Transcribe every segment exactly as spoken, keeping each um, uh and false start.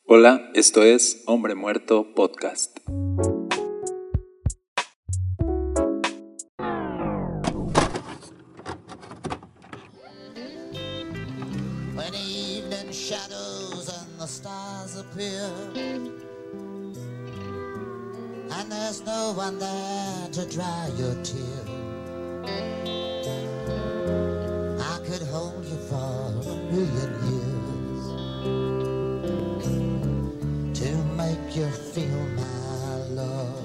Hola, esto es Hombre Muerto Podcast. When evening shadows and the stars appear, and there's no one there to dry your tear, I could hold you for a million years to make you feel my love.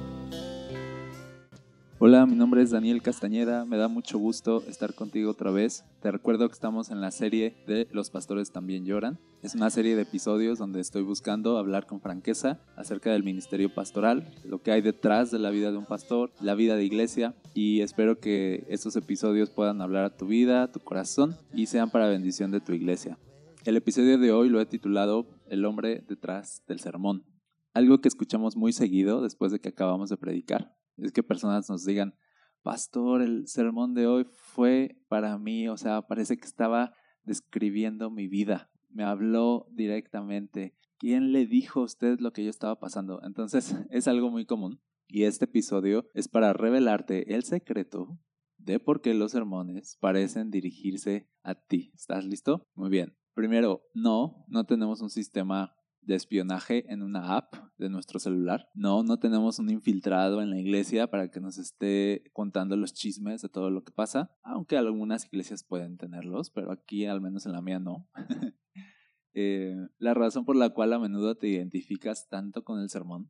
Hola, mi nombre es Daniel Castañeda, me da mucho gusto estar contigo otra vez. Te recuerdo que estamos en la serie de Los Pastores También Lloran. Es una serie de episodios donde estoy buscando hablar con franqueza acerca del ministerio pastoral, lo que hay detrás de la vida de un pastor, la vida de iglesia, y espero que estos episodios puedan hablar a tu vida, a tu corazón y sean para bendición de tu iglesia. El episodio de hoy lo he titulado El hombre detrás del sermón. Algo que escuchamos muy seguido después de que acabamos de predicar es que personas nos digan: pastor, el sermón de hoy fue para mí, o sea, parece que estaba describiendo mi vida, me habló directamente. ¿Quién le dijo a usted lo que yo estaba pasando? Entonces es algo muy común y este episodio es para revelarte el secreto de por qué los sermones parecen dirigirse a ti. ¿Estás listo? Muy bien. Primero, no, no tenemos un sistema de espionaje en una app de nuestro celular. No, no tenemos un infiltrado en la iglesia para que nos esté contando los chismes de todo lo que pasa, aunque algunas iglesias pueden tenerlos, pero aquí, al menos en la mía, no. eh, la razón por la cual a menudo te identificas tanto con el sermón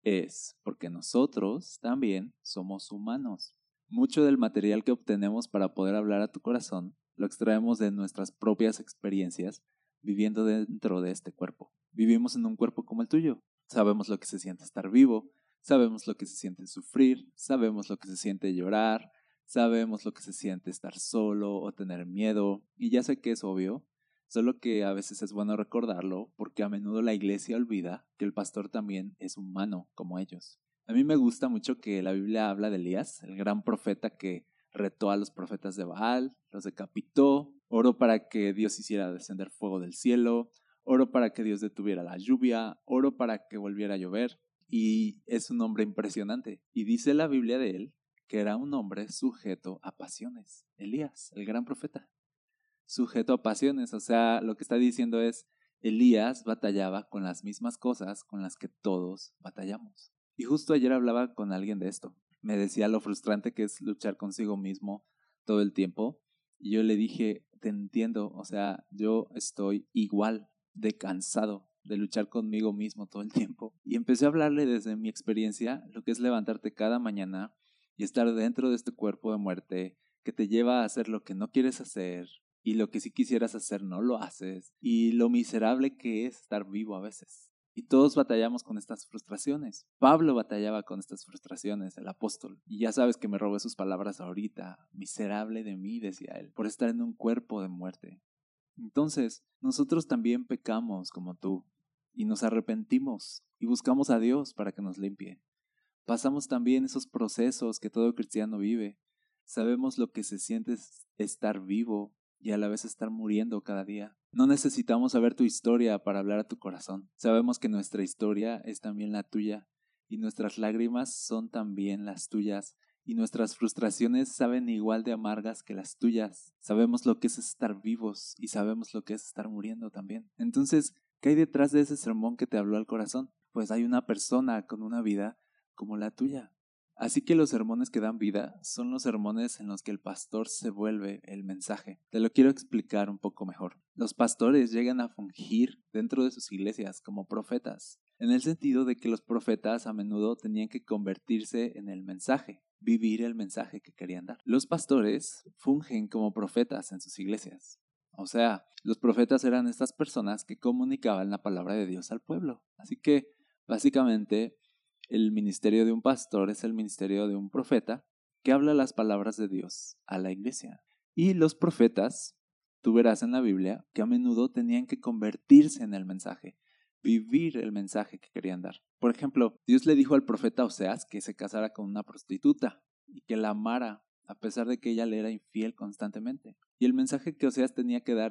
es porque nosotros también somos humanos. Mucho del material que obtenemos para poder hablar a tu corazón lo extraemos de nuestras propias experiencias viviendo dentro de este cuerpo. Vivimos en un cuerpo como el tuyo. Sabemos lo que se siente estar vivo, sabemos lo que se siente sufrir, sabemos lo que se siente llorar, sabemos lo que se siente estar solo o tener miedo. Y ya sé que es obvio, solo que a veces es bueno recordarlo porque a menudo la iglesia olvida que el pastor también es humano como ellos. A mí me gusta mucho que la Biblia habla de Elías, el gran profeta que retó a los profetas de Baal, los decapitó, oró para que Dios hiciera descender fuego del cielo, oró para que Dios detuviera la lluvia, oró para que volviera a llover, y es un hombre impresionante. Y dice la Biblia de él que era un hombre sujeto a pasiones. Elías, el gran profeta, sujeto a pasiones, o sea, lo que está diciendo es, Elías batallaba con las mismas cosas con las que todos batallamos. Y justo ayer hablaba con alguien de esto. Me decía lo frustrante que es luchar consigo mismo todo el tiempo. Y yo le dije, te entiendo, o sea, yo estoy igual de cansado de luchar conmigo mismo todo el tiempo. Y empecé a hablarle desde mi experiencia lo que es levantarte cada mañana y estar dentro de este cuerpo de muerte que te lleva a hacer lo que no quieres hacer y lo que sí quisieras hacer no lo haces y lo miserable que es estar vivo a veces. Y todos batallamos con estas frustraciones. Pablo batallaba con estas frustraciones, el apóstol. Y ya sabes que me robé sus palabras ahorita. Miserable de mí, decía él, por estar en un cuerpo de muerte. Entonces, nosotros también pecamos como tú. Y nos arrepentimos y buscamos a Dios para que nos limpie. Pasamos también esos procesos que todo cristiano vive. Sabemos lo que se siente estar vivo y a la vez estar muriendo cada día. No necesitamos saber tu historia para hablar a tu corazón. Sabemos que nuestra historia es también la tuya y nuestras lágrimas son también las tuyas y nuestras frustraciones saben igual de amargas que las tuyas. Sabemos lo que es estar vivos y sabemos lo que es estar muriendo también. Entonces, ¿qué hay detrás de ese sermón que te habló al corazón? Pues hay una persona con una vida como la tuya. Así que los sermones que dan vida son los sermones en los que el pastor se vuelve el mensaje. Te lo quiero explicar un poco mejor. Los pastores llegan a fungir dentro de sus iglesias como profetas, en el sentido de que los profetas a menudo tenían que convertirse en el mensaje, vivir el mensaje que querían dar. Los pastores fungen como profetas en sus iglesias. O sea, los profetas eran estas personas que comunicaban la palabra de Dios al pueblo. Así que, básicamente, el ministerio de un pastor es el ministerio de un profeta que habla las palabras de Dios a la iglesia. Y los profetas, tú verás en la Biblia, que a menudo tenían que convertirse en el mensaje, vivir el mensaje que querían dar. Por ejemplo, Dios le dijo al profeta Oseas que se casara con una prostituta y que la amara a pesar de que ella le era infiel constantemente. Y el mensaje que Oseas tenía que dar era: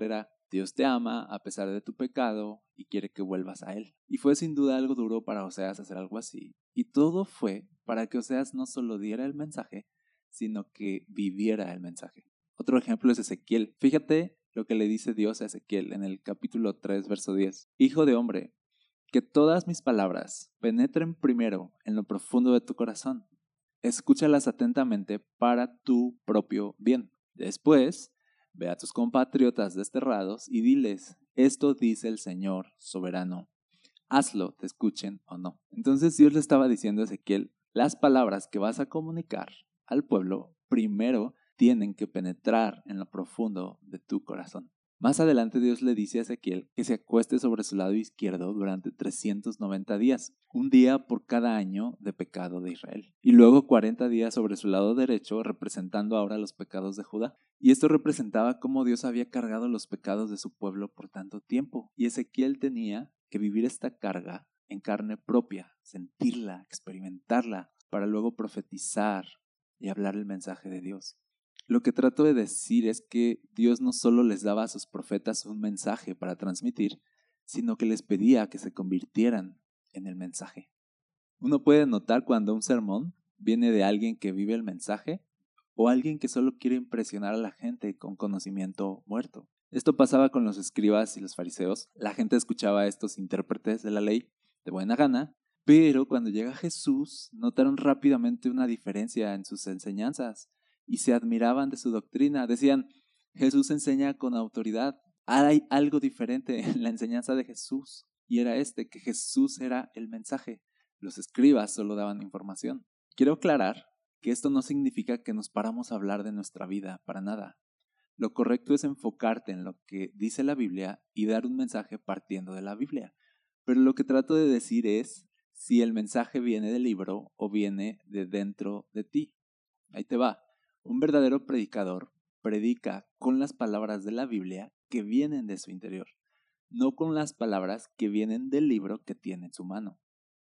Dios te ama a pesar de tu pecado y quiere que vuelvas a Él. Y fue sin duda algo duro para Oseas hacer algo así. Y todo fue para que Oseas no solo diera el mensaje, sino que viviera el mensaje. Otro ejemplo es Ezequiel. Fíjate lo que le dice Dios a Ezequiel en el capítulo tres, verso diez. Hijo de hombre, que todas mis palabras penetren primero en lo profundo de tu corazón. Escúchalas atentamente para tu propio bien. Después, ve a tus compatriotas desterrados y diles, esto dice el Señor soberano. Hazlo, te escuchen o no. Entonces Dios le estaba diciendo a Ezequiel, las palabras que vas a comunicar al pueblo primero tienen que penetrar en lo profundo de tu corazón. Más adelante Dios le dice a Ezequiel que se acueste sobre su lado izquierdo durante trescientos noventa días, un día por cada año de pecado de Israel, y luego cuarenta días sobre su lado derecho, representando ahora los pecados de Judá. Y esto representaba cómo Dios había cargado los pecados de su pueblo por tanto tiempo, y Ezequiel tenía que vivir esta carga en carne propia, sentirla, experimentarla, para luego profetizar y hablar el mensaje de Dios. Lo que trato de decir es que Dios no solo les daba a sus profetas un mensaje para transmitir, sino que les pedía que se convirtieran en el mensaje. Uno puede notar cuando un sermón viene de alguien que vive el mensaje o alguien que solo quiere impresionar a la gente con conocimiento muerto. Esto pasaba con los escribas y los fariseos. La gente escuchaba a estos intérpretes de la ley de buena gana, pero cuando llega Jesús notaron rápidamente una diferencia en sus enseñanzas y se admiraban de su doctrina. Decían, Jesús enseña con autoridad. Hay algo diferente en la enseñanza de Jesús, y era este, que Jesús era el mensaje. Los escribas solo daban información. Quiero aclarar que esto no significa que nos paramos a hablar de nuestra vida, para nada. Lo correcto es enfocarte en lo que dice la Biblia y dar un mensaje partiendo de la Biblia. Pero lo que trato de decir es si el mensaje viene del libro o viene de dentro de ti. Ahí te va. Un verdadero predicador predica con las palabras de la Biblia que vienen de su interior, no con las palabras que vienen del libro que tiene en su mano.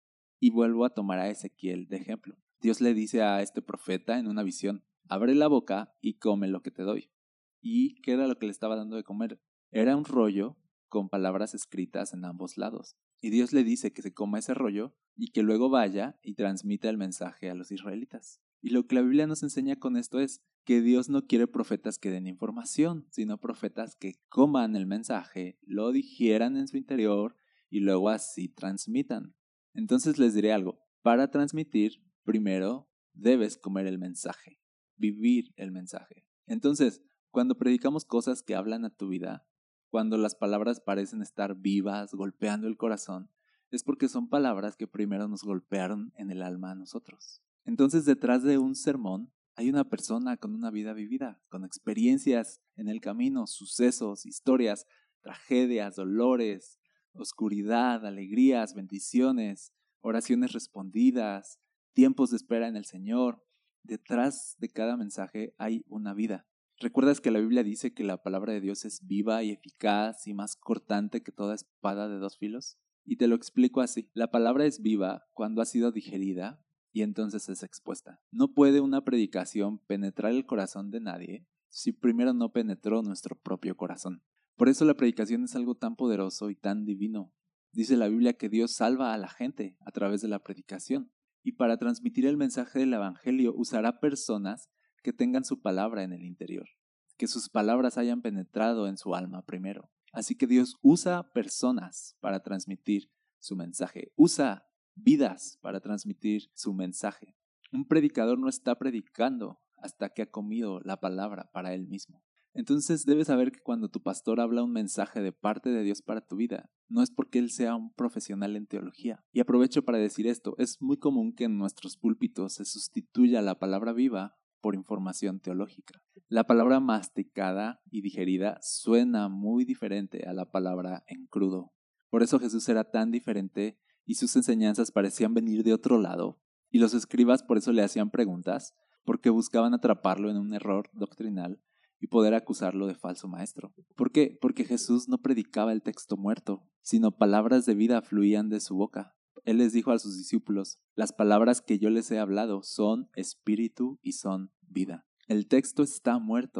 Y vuelvo a tomar a Ezequiel de ejemplo. Dios le dice a este profeta en una visión, abre la boca y come lo que te doy. ¿Y qué era lo que le estaba dando de comer? Era un rollo con palabras escritas en ambos lados. Y Dios le dice que se coma ese rollo y que luego vaya y transmita el mensaje a los israelitas. Y lo que la Biblia nos enseña con esto es que Dios no quiere profetas que den información, sino profetas que coman el mensaje, lo digieran en su interior y luego así transmitan. Entonces les diré algo, para transmitir, primero debes comer el mensaje, vivir el mensaje. Entonces, cuando predicamos cosas que hablan a tu vida, cuando las palabras parecen estar vivas, golpeando el corazón, es porque son palabras que primero nos golpearon en el alma a nosotros. Entonces, detrás de un sermón hay una persona con una vida vivida, con experiencias en el camino, sucesos, historias, tragedias, dolores, oscuridad, alegrías, bendiciones, oraciones respondidas, tiempos de espera en el Señor. Detrás de cada mensaje hay una vida. ¿Recuerdas que la Biblia dice que la palabra de Dios es viva y eficaz y más cortante que toda espada de dos filos? Y te lo explico así. La palabra es viva cuando ha sido digerida y entonces es expuesta. No puede una predicación penetrar el corazón de nadie si primero no penetró nuestro propio corazón. Por eso la predicación es algo tan poderoso y tan divino. Dice la Biblia que Dios salva a la gente a través de la predicación. Y para transmitir el mensaje del Evangelio usará personas que tengan su palabra en el interior, que sus palabras hayan penetrado en su alma primero. Así que Dios usa personas para transmitir su mensaje, usa vidas para transmitir su mensaje. Un predicador no está predicando hasta que ha comido la palabra para él mismo. Entonces debes saber que cuando tu pastor habla un mensaje de parte de Dios para tu vida, no es porque él sea un profesional en teología. Y aprovecho para decir esto, es muy común que en nuestros púlpitos se sustituya la palabra viva por información teológica. La palabra masticada y digerida suena muy diferente a la palabra en crudo. Por eso Jesús era tan diferente y sus enseñanzas parecían venir de otro lado. Y los escribas por eso le hacían preguntas, porque buscaban atraparlo en un error doctrinal y poder acusarlo de falso maestro. ¿Por qué? Porque Jesús no predicaba el texto muerto, sino palabras de vida fluían de su boca. Él les dijo a sus discípulos, las palabras que yo les he hablado son espíritu y son vida. El texto está muerto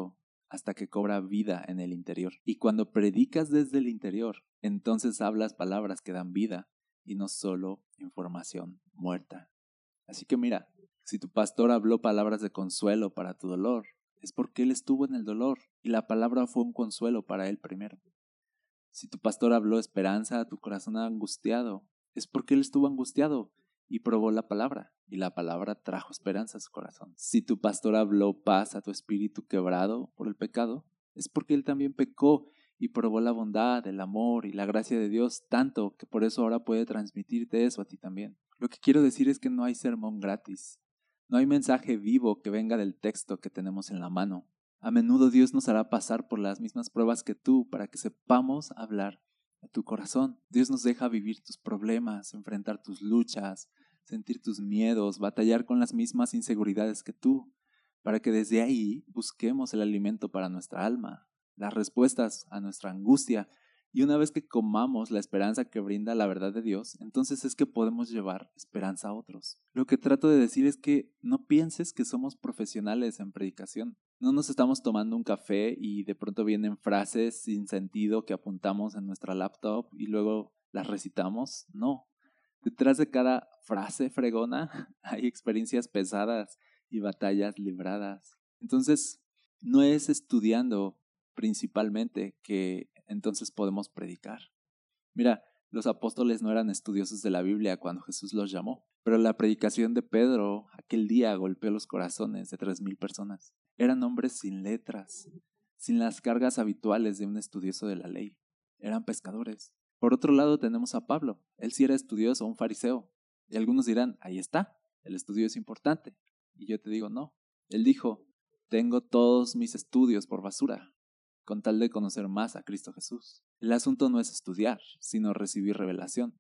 hasta que cobra vida en el interior. Y cuando predicas desde el interior, entonces hablas palabras que dan vida y no solo información muerta. Así que mira, si tu pastor habló palabras de consuelo para tu dolor, es porque él estuvo en el dolor y la palabra fue un consuelo para él primero. Si tu pastor habló esperanza a tu corazón angustiado, es porque él estuvo angustiado y probó la palabra, y la palabra trajo esperanza a su corazón. Si tu pastor habló paz a tu espíritu quebrado por el pecado, es porque él también pecó y probó la bondad, el amor y la gracia de Dios tanto que por eso ahora puede transmitirte eso a ti también. Lo que quiero decir es que no hay sermón gratis. No hay mensaje vivo que venga del texto que tenemos en la mano. A menudo Dios nos hará pasar por las mismas pruebas que tú para que sepamos hablar a tu corazón. Dios nos deja vivir tus problemas, enfrentar tus luchas, sentir tus miedos, batallar con las mismas inseguridades que tú, para que desde ahí busquemos el alimento para nuestra alma, las respuestas a nuestra angustia. Y una vez que comamos la esperanza que brinda la verdad de Dios, entonces es que podemos llevar esperanza a otros. Lo que trato de decir es que no pienses que somos profesionales en predicación. No nos estamos tomando un café y de pronto vienen frases sin sentido que apuntamos en nuestra laptop y luego las recitamos. No. Detrás de cada frase fregona hay experiencias pesadas y batallas libradas. Entonces, no es estudiando principalmente que entonces podemos predicar. Mira, los apóstoles no eran estudiosos de la Biblia cuando Jesús los llamó, pero la predicación de Pedro aquel día golpeó los corazones de tres mil personas. Eran hombres sin letras, sin las cargas habituales de un estudioso de la ley. Eran pescadores. Por otro lado tenemos a Pablo. Él sí era estudioso, un fariseo. Y algunos dirán, ahí está, el estudio es importante. Y yo te digo, no. Él dijo, tengo todos mis estudios por basura, con tal de conocer más a Cristo Jesús. El asunto no es estudiar, sino recibir revelación.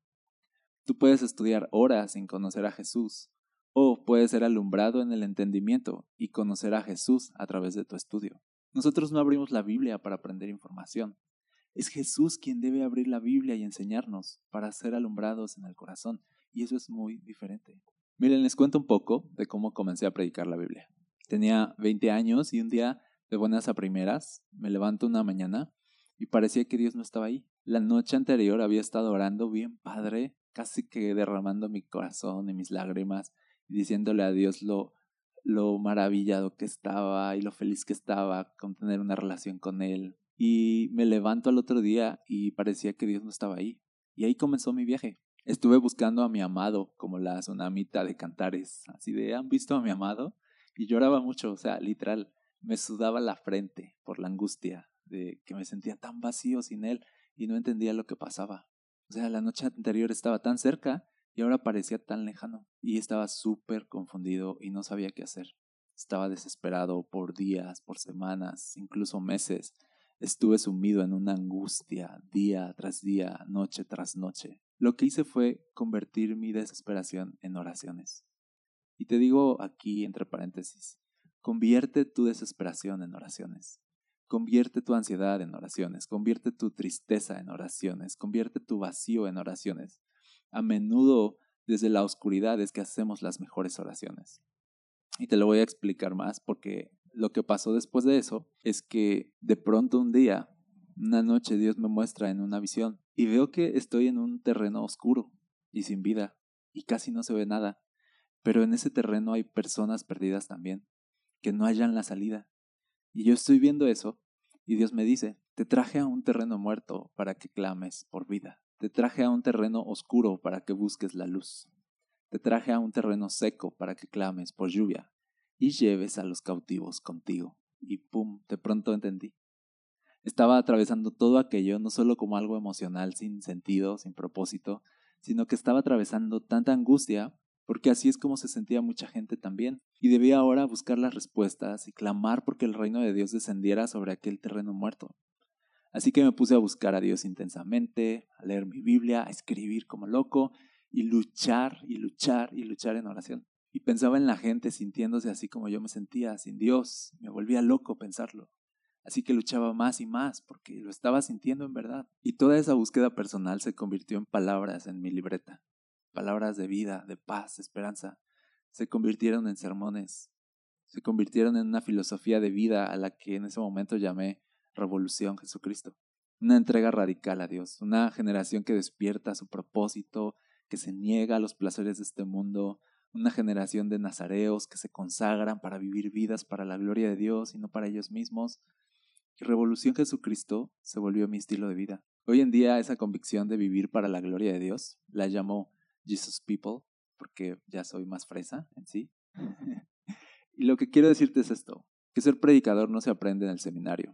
Tú puedes estudiar horas sin conocer a Jesús, o puedes ser alumbrado en el entendimiento y conocer a Jesús a través de tu estudio. Nosotros no abrimos la Biblia para aprender información. Es Jesús quien debe abrir la Biblia y enseñarnos para ser alumbrados en el corazón, y eso es muy diferente. Miren, les cuento un poco de cómo comencé a predicar la Biblia. Tenía veinte años y un día, de buenas a primeras, me levanto una mañana y parecía que Dios no estaba ahí. La noche anterior había estado orando bien padre, casi que derramando mi corazón y mis lágrimas y diciéndole a Dios lo, lo maravillado que estaba y lo feliz que estaba con tener una relación con Él. Y me levanto al otro día y parecía que Dios no estaba ahí. Y ahí comenzó mi viaje. Estuve buscando a mi amado, como la tsunamita de Cantares, así de, ¿han visto a mi amado? Y lloraba mucho, o sea, literal, me sudaba la frente por la angustia de que me sentía tan vacío sin él y no entendía lo que pasaba. O sea, la noche anterior estaba tan cerca y ahora parecía tan lejano. Y estaba súper confundido y no sabía qué hacer. Estaba desesperado por días, por semanas, incluso meses. Estuve sumido en una angustia día tras día, noche tras noche. Lo que hice fue convertir mi desesperación en oraciones. Y te digo aquí entre paréntesis, convierte tu desesperación en oraciones. Convierte tu ansiedad en oraciones. Convierte tu tristeza en oraciones. Convierte tu vacío en oraciones. A menudo desde la oscuridad es que hacemos las mejores oraciones. Y te lo voy a explicar más porque lo que pasó después de eso es que de pronto un día, una noche, Dios me muestra en una visión y veo que estoy en un terreno oscuro y sin vida y casi no se ve nada. Pero en ese terreno hay personas perdidas también, que no hallan la salida. Y yo estoy viendo eso y Dios me dice, te traje a un terreno muerto para que clames por vida. Te traje a un terreno oscuro para que busques la luz. Te traje a un terreno seco para que clames por lluvia y lleves a los cautivos contigo. Y pum, de pronto entendí. Estaba atravesando todo aquello no solo como algo emocional, sin sentido, sin propósito, sino que estaba atravesando tanta angustia porque así es como se sentía mucha gente también. Y debía ahora buscar las respuestas y clamar porque el reino de Dios descendiera sobre aquel terreno muerto. Así que me puse a buscar a Dios intensamente, a leer mi Biblia, a escribir como loco y luchar y luchar y luchar en oración. Y pensaba en la gente sintiéndose así como yo me sentía, sin Dios. Me volvía loco pensarlo. Así que luchaba más y más porque lo estaba sintiendo en verdad. Y toda esa búsqueda personal se convirtió en palabras en mi libreta. Palabras de vida, de paz, de esperanza. Se convirtieron en sermones. se convirtieron en una filosofía de vida a la que en ese momento llamé Revolución Jesucristo. Una entrega radical a Dios, una generación que despierta su propósito, que se niega a los placeres de este mundo, una generación de nazareos que se consagran para vivir vidas para la gloria de Dios y no para ellos mismos. Y Revolución Jesucristo se volvió mi estilo de vida. Hoy en día esa convicción de vivir para la gloria de Dios la llamo Jesus People, porque ya soy más fresa en sí. Y lo que quiero decirte es esto, que ser predicador no se aprende en el seminario.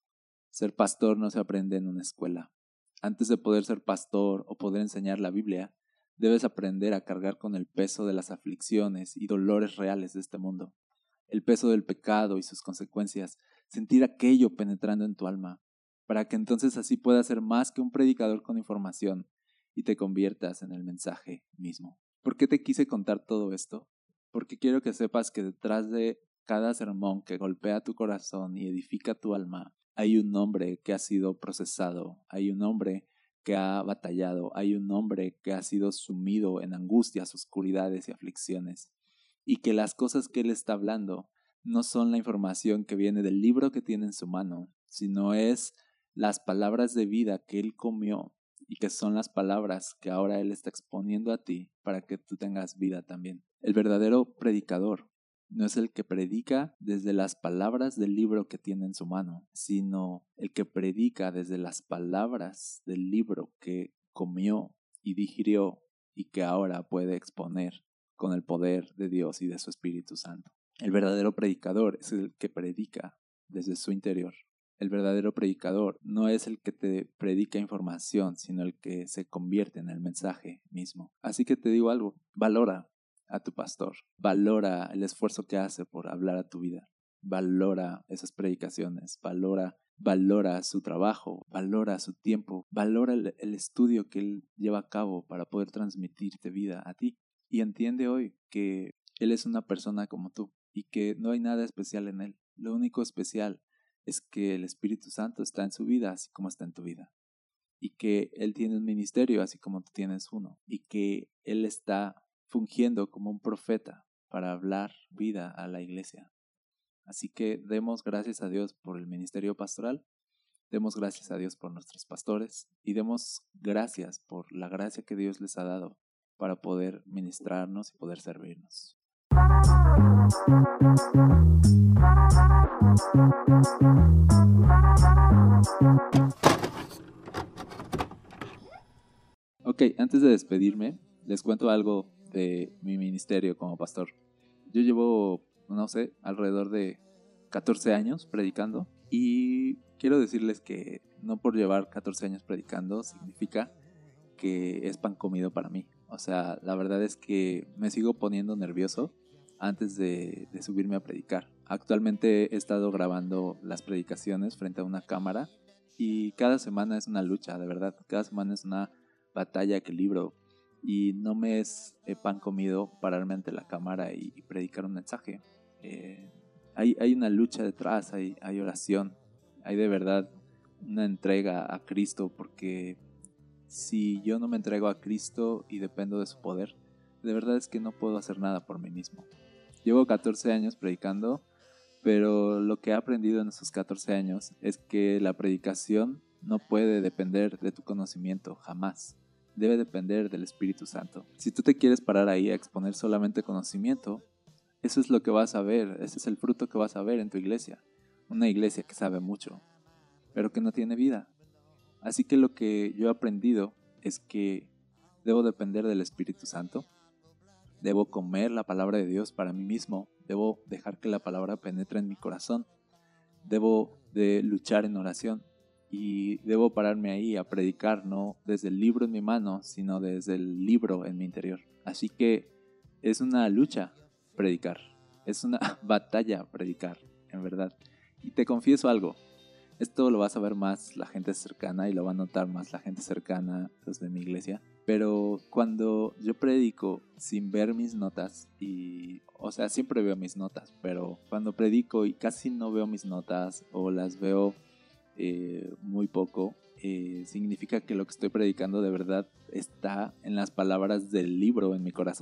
Ser pastor no se aprende en una escuela. Antes de poder ser pastor o poder enseñar la Biblia, debes aprender a cargar con el peso de las aflicciones y dolores reales de este mundo. El peso del pecado y sus consecuencias, sentir aquello penetrando en tu alma, para que entonces así puedas ser más que un predicador con información y te conviertas en el mensaje mismo. ¿Por qué te quise contar todo esto? Porque quiero que sepas que detrás de cada sermón que golpea tu corazón y edifica tu alma, hay un hombre que ha sido procesado, hay un hombre que ha batallado, hay un hombre que ha sido sumido en angustias, oscuridades y aflicciones, y que las cosas que él está hablando no son la información que viene del libro que tiene en su mano, sino es las palabras de vida que él comió y que son las palabras que ahora él está exponiendo a ti para que tú tengas vida también. El verdadero predicador no es el que predica desde las palabras del libro que tiene en su mano, sino el que predica desde las palabras del libro que comió y digirió y que ahora puede exponer con el poder de Dios y de su Espíritu Santo. El verdadero predicador es el que predica desde su interior. El verdadero predicador no es el que te predica información, sino el que se convierte en el mensaje mismo. Así que te digo algo, valora a tu pastor, valora el esfuerzo que hace por hablar a tu vida, valora esas predicaciones, valora, valora su trabajo, valora su tiempo, valora el, el estudio que él lleva a cabo para poder transmitirte vida a ti. Y entiende hoy que él es una persona como tú y que no hay nada especial en él. Lo único especial es que el Espíritu Santo está en su vida así como está en tu vida. Y que él tiene un ministerio así como tú tienes uno. Y que él está fungiendo como un profeta para hablar vida a la iglesia. Así que demos gracias a Dios por el ministerio pastoral, demos gracias a Dios por nuestros pastores y demos gracias por la gracia que Dios les ha dado para poder ministrarnos y poder servirnos. Ok, antes de despedirme, les cuento algo de mi ministerio como pastor. Yo llevo, no sé, alrededor de catorce años predicando y quiero decirles que no por llevar catorce años predicando significa que es pan comido para mí. O sea, la verdad es que me sigo poniendo nervioso antes de, de subirme a predicar. Actualmente he estado grabando las predicaciones frente a una cámara y cada semana es una lucha, de verdad. Cada semana es una batalla que libro y no me es eh, pan comido pararme ante la cámara y, y predicar un mensaje. Eh, hay, hay una lucha detrás, hay, hay oración, hay de verdad una entrega a Cristo, porque si yo no me entrego a Cristo y dependo de su poder, de verdad es que no puedo hacer nada por mí mismo. Llevo catorce años predicando, pero lo que he aprendido en esos catorce años es que la predicación no puede depender de tu conocimiento, jamás. Debe depender del Espíritu Santo. Si tú te quieres parar ahí a exponer solamente conocimiento, eso es lo que vas a ver, ese es el fruto que vas a ver en tu iglesia. Una iglesia que sabe mucho, pero que no tiene vida. Así que lo que yo he aprendido es que debo depender del Espíritu Santo, debo comer la palabra de Dios para mí mismo, debo dejar que la palabra penetre en mi corazón, debo de luchar en oración y debo pararme ahí a predicar, no desde el libro en mi mano, sino desde el libro en mi interior. Así que es una lucha predicar, es una batalla predicar, en verdad. Y te confieso algo, esto lo va a saber más la gente cercana y lo va a notar más la gente cercana, los de mi iglesia. Pero cuando yo predico sin ver mis notas, y, o sea, siempre veo mis notas, pero cuando predico y casi no veo mis notas o las veo eh, muy poco, eh, significa que lo que estoy predicando de verdad está en las palabras del libro en mi corazón.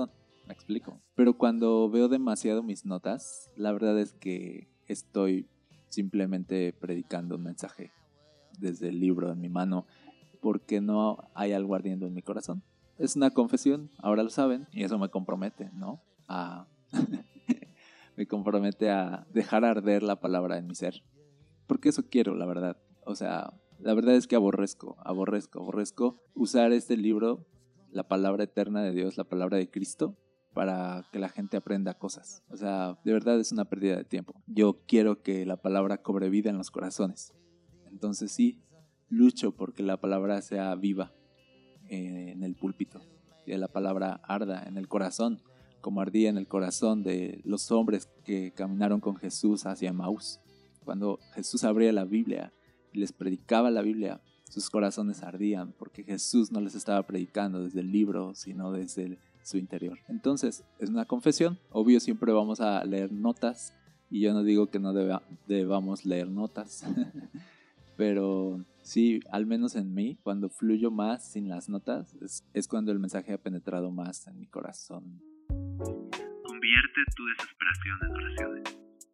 Me explico. Pero cuando veo demasiado mis notas, la verdad es que estoy simplemente predicando un mensaje desde el libro en mi mano, porque no hay algo ardiendo en mi corazón. Es una confesión, ahora lo saben, y eso me compromete, ¿no? A me compromete a dejar arder la palabra en mi ser. Porque eso quiero, la verdad. O sea, la verdad es que aborrezco, aborrezco, aborrezco usar este libro, la palabra eterna de Dios, la palabra de Cristo, para que la gente aprenda cosas. O sea, de verdad es una pérdida de tiempo. Yo quiero que la palabra cobre vida en los corazones. Entonces sí, lucho porque la palabra sea viva en el púlpito, que la palabra arda en el corazón, como ardía en el corazón de los hombres que caminaron con Jesús hacia Emaús. Cuando Jesús abría la Biblia y les predicaba la Biblia, sus corazones ardían porque Jesús no les estaba predicando desde el libro, sino desde el, su interior. Entonces, es una confesión. Obvio, siempre vamos a leer notas y yo no digo que no deba, debamos leer notas, pero sí, al menos en mí, cuando fluyo más sin las notas, es, es cuando el mensaje ha penetrado más en mi corazón. Convierte tu desesperación en oraciones.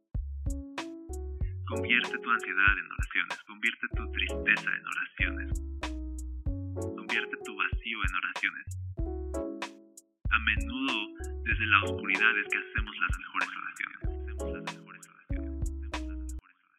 Convierte tu ansiedad en oraciones. Convierte tu tristeza en oraciones. Convierte tu vacío en oraciones. A menudo, desde la oscuridad es que hacemos las mejores oraciones. Hacemos las mejores oraciones. Hacemos las mejores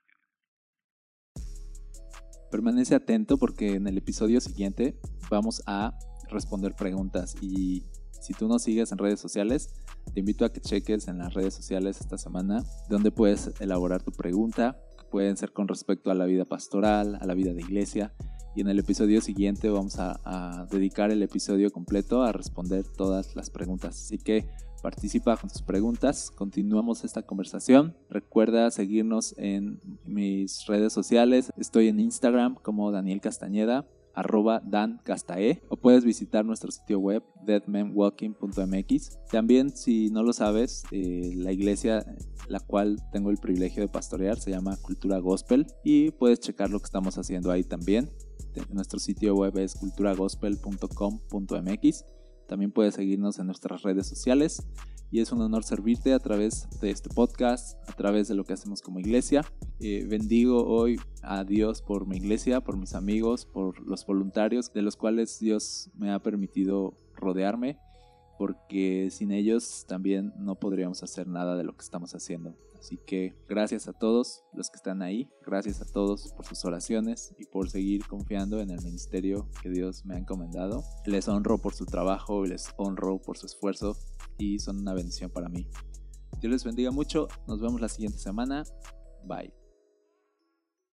oraciones. Permanece atento porque en el episodio siguiente vamos a responder preguntas, y si tú nos sigues en redes sociales, te invito a que cheques en las redes sociales esta semana donde puedes elaborar tu pregunta, que pueden ser con respecto a la vida pastoral, a la vida de iglesia, y en el episodio siguiente vamos a, a dedicar el episodio completo a responder todas las preguntas. Así que participa con tus preguntas, continuamos esta conversación. Recuerda seguirnos en mis redes sociales, estoy en Instagram como Daniel Castañeda, arroba Dan Castae, o puedes visitar nuestro sitio web dead men walking punto m x. También, si no lo sabes, eh, la iglesia la cual tengo el privilegio de pastorear se llama Cultura Gospel, y puedes checar lo que estamos haciendo ahí también. Nuestro sitio web es cultura gospel punto com punto m x. También puedes seguirnos en nuestras redes sociales, y es un honor servirte a través de este podcast, a través de lo que hacemos como iglesia. Eh, bendigo hoy a Dios por mi iglesia, por mis amigos, por los voluntarios de los cuales Dios me ha permitido rodearme, porque sin ellos también no podríamos hacer nada de lo que estamos haciendo. Así que gracias a todos los que están ahí, gracias a todos por sus oraciones y por seguir confiando en el ministerio que Dios me ha encomendado. Les honro por su trabajo y les honro por su esfuerzo, y son una bendición para mí. Dios les bendiga mucho, nos vemos la siguiente semana, bye.